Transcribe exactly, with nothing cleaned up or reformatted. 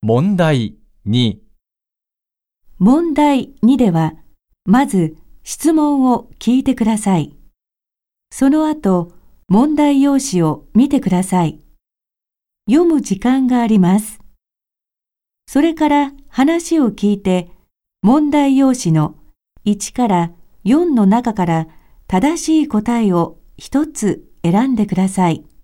問題に。 問題にでは、まず質問を聞いてください。その後、問題用紙を見てください。読む時間があります。それから話を聞いて、問題用紙のいちからよんの中から正しい答えをひとつ選んでください。